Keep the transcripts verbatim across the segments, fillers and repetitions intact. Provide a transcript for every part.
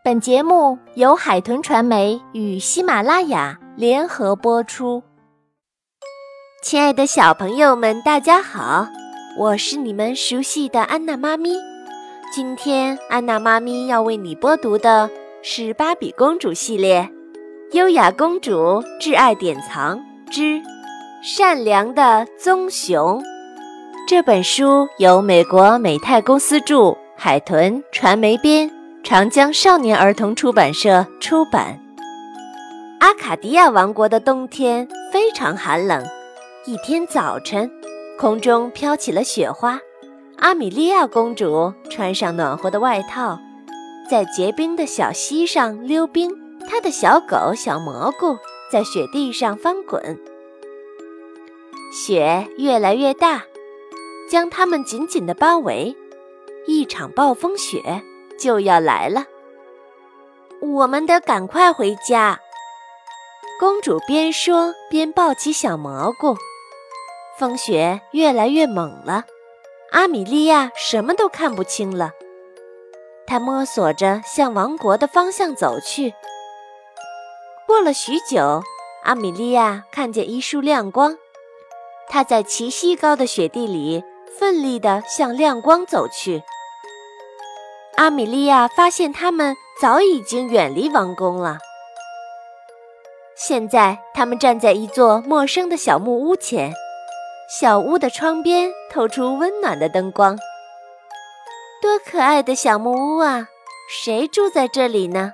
本节目由海豚传媒与喜马拉雅联合播出。亲爱的小朋友们，大家好，我是你们熟悉的安娜妈咪。今天安娜妈咪要为你播读的是芭比公主系列优雅公主挚爱典藏之善良的棕熊。这本书由美国美泰公司著，海豚传媒编，长江少年儿童出版社出版。阿卡迪亚王国的冬天非常寒冷，一天早晨，空中飘起了雪花。阿米莉亚公主穿上暖和的外套，在结冰的小溪上溜冰，她的小狗小蘑菇在雪地上翻滚。雪越来越大，将它们紧紧地包围，一场暴风雪就要来了。我们得赶快回家。公主边说边抱起小蘑菇。风雪越来越猛了，阿米莉亚什么都看不清了。她摸索着向王国的方向走去。过了许久，阿米莉亚看见一束亮光，她在齐膝高的雪地里奋力地向亮光走去。阿米莉亚发现他们早已经远离王宫了。现在他们站在一座陌生的小木屋前，小屋的窗边透出温暖的灯光。多可爱的小木屋啊，谁住在这里呢？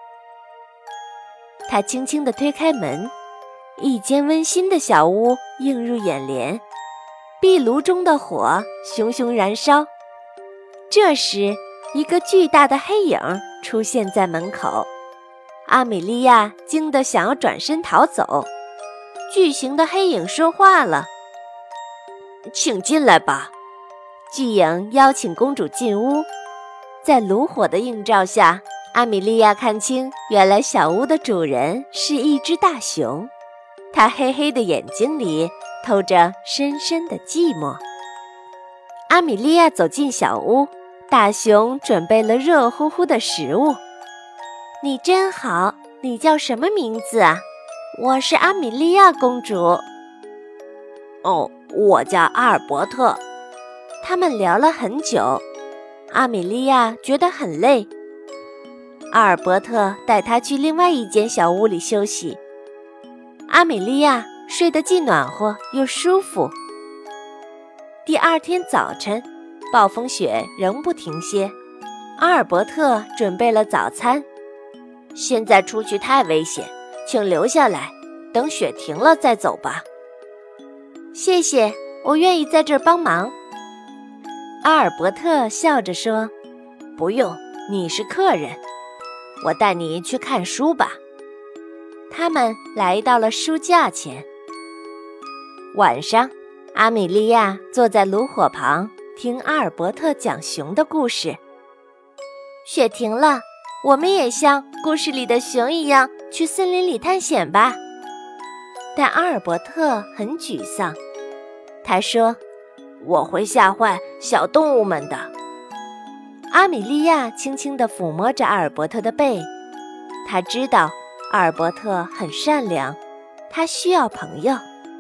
她轻轻地推开门，一间温馨的小屋映入眼帘，壁炉中的火熊熊燃烧。这时一个巨大的黑影出现在门口，阿米莉亚惊得想要转身逃走。巨型的黑影说话了：请进来吧。巨影邀请公主进屋，在炉火的映照下，阿米莉亚看清原来小屋的主人是一只大熊，它黑黑的眼睛里透着深深的寂寞。阿米莉亚走进小屋，大熊准备了热乎乎的食物。你真好，你叫什么名字啊？我是阿米莉亚公主。 哦，我叫阿尔伯特。 他们聊了很久，阿米莉亚觉得很累。阿尔伯特带她去另外一间小屋里休息。阿米莉亚睡得既暖和又舒服。第二天早晨，暴风雪仍不停歇。阿尔伯特准备了早餐。现在出去太危险，请留下来，等雪停了再走吧。谢谢，我愿意在这儿帮忙。阿尔伯特笑着说：不用，你是客人，我带你去看书吧。他们来到了书架前。晚上，阿米莉亚坐在炉火旁，听阿尔伯特讲熊的故事。雪停了，我们也像故事里的熊一样去森林里探险吧。但阿尔伯特很沮丧，他说：我会吓坏小动物们的。阿米莉亚轻轻地抚摸着阿尔伯特的背，她知道阿尔伯特很善良，他需要朋友。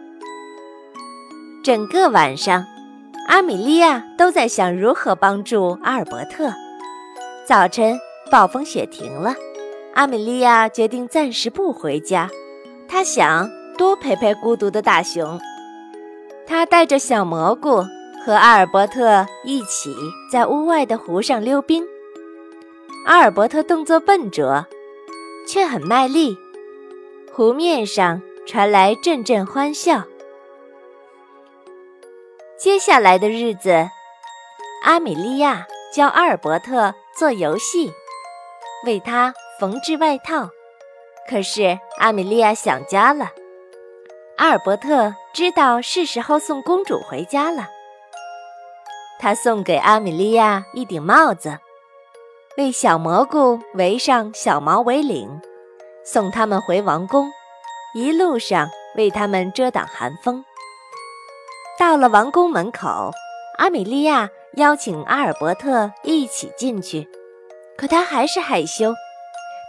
整个晚上，阿米莉亚都在想如何帮助阿尔伯特。早晨，暴风雪停了，阿米莉亚决定暂时不回家，她想多陪陪孤独的大熊。她带着小蘑菇和阿尔伯特一起在屋外的湖上溜冰。阿尔伯特动作笨拙，却很卖力，湖面上传来阵阵欢笑。接下来的日子，阿米莉亚教阿尔伯特做游戏，为他缝制外套。可是阿米莉亚想家了。阿尔伯特知道是时候送公主回家了。他送给阿米莉亚一顶帽子，为小蘑菇围上小毛围领，送他们回王宫，一路上为他们遮挡寒风。到了王宫门口，阿米莉亚邀请阿尔伯特一起进去，可他还是害羞，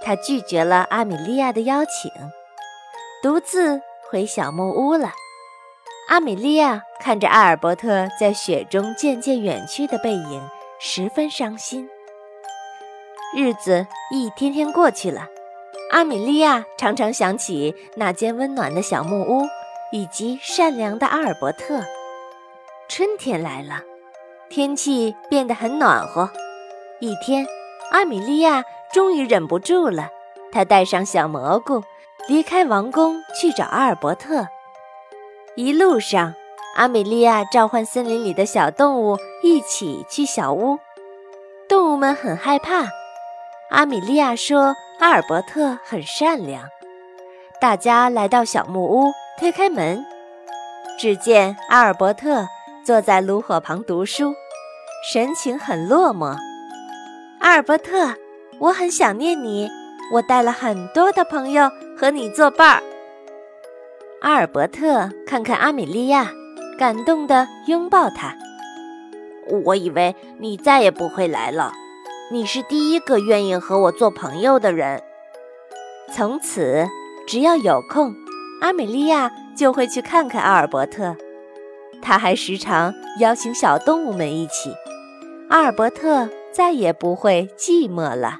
他拒绝了阿米莉亚的邀请，独自回小木屋了。阿米莉亚看着阿尔伯特在雪中渐渐远去的背影，十分伤心。日子一天天过去了，阿米莉亚常常想起那间温暖的小木屋，以及善良的阿尔伯特。春天来了，天气变得很暖和。一天，阿米莉亚终于忍不住了，她带上小蘑菇，离开王宫去找阿尔伯特。一路上，阿米莉亚召唤森林里的小动物一起去小屋。动物们很害怕。阿米莉亚说阿尔伯特很善良。大家来到小木屋，推开门，只见阿尔伯特坐在炉火旁读书，神情很落寞。阿尔伯特，我很想念你，我带了很多的朋友和你作伴儿。阿尔伯特看看阿米莉亚，感动地拥抱她。 我以为你再也不会来了，你是第一个愿意和我做朋友的人。 从此，只要有空，阿米莉亚就会去看看阿尔伯特。她还时常邀请小动物们一起。阿尔伯特再也不会寂寞了。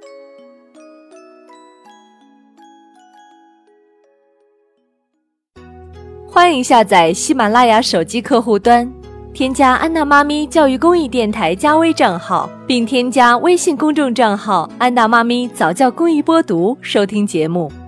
欢迎下载喜马拉雅手机客户端，添加安娜妈咪教育公益电台加微账号，并添加微信公众账号安娜妈咪早教公益播读，收听节目。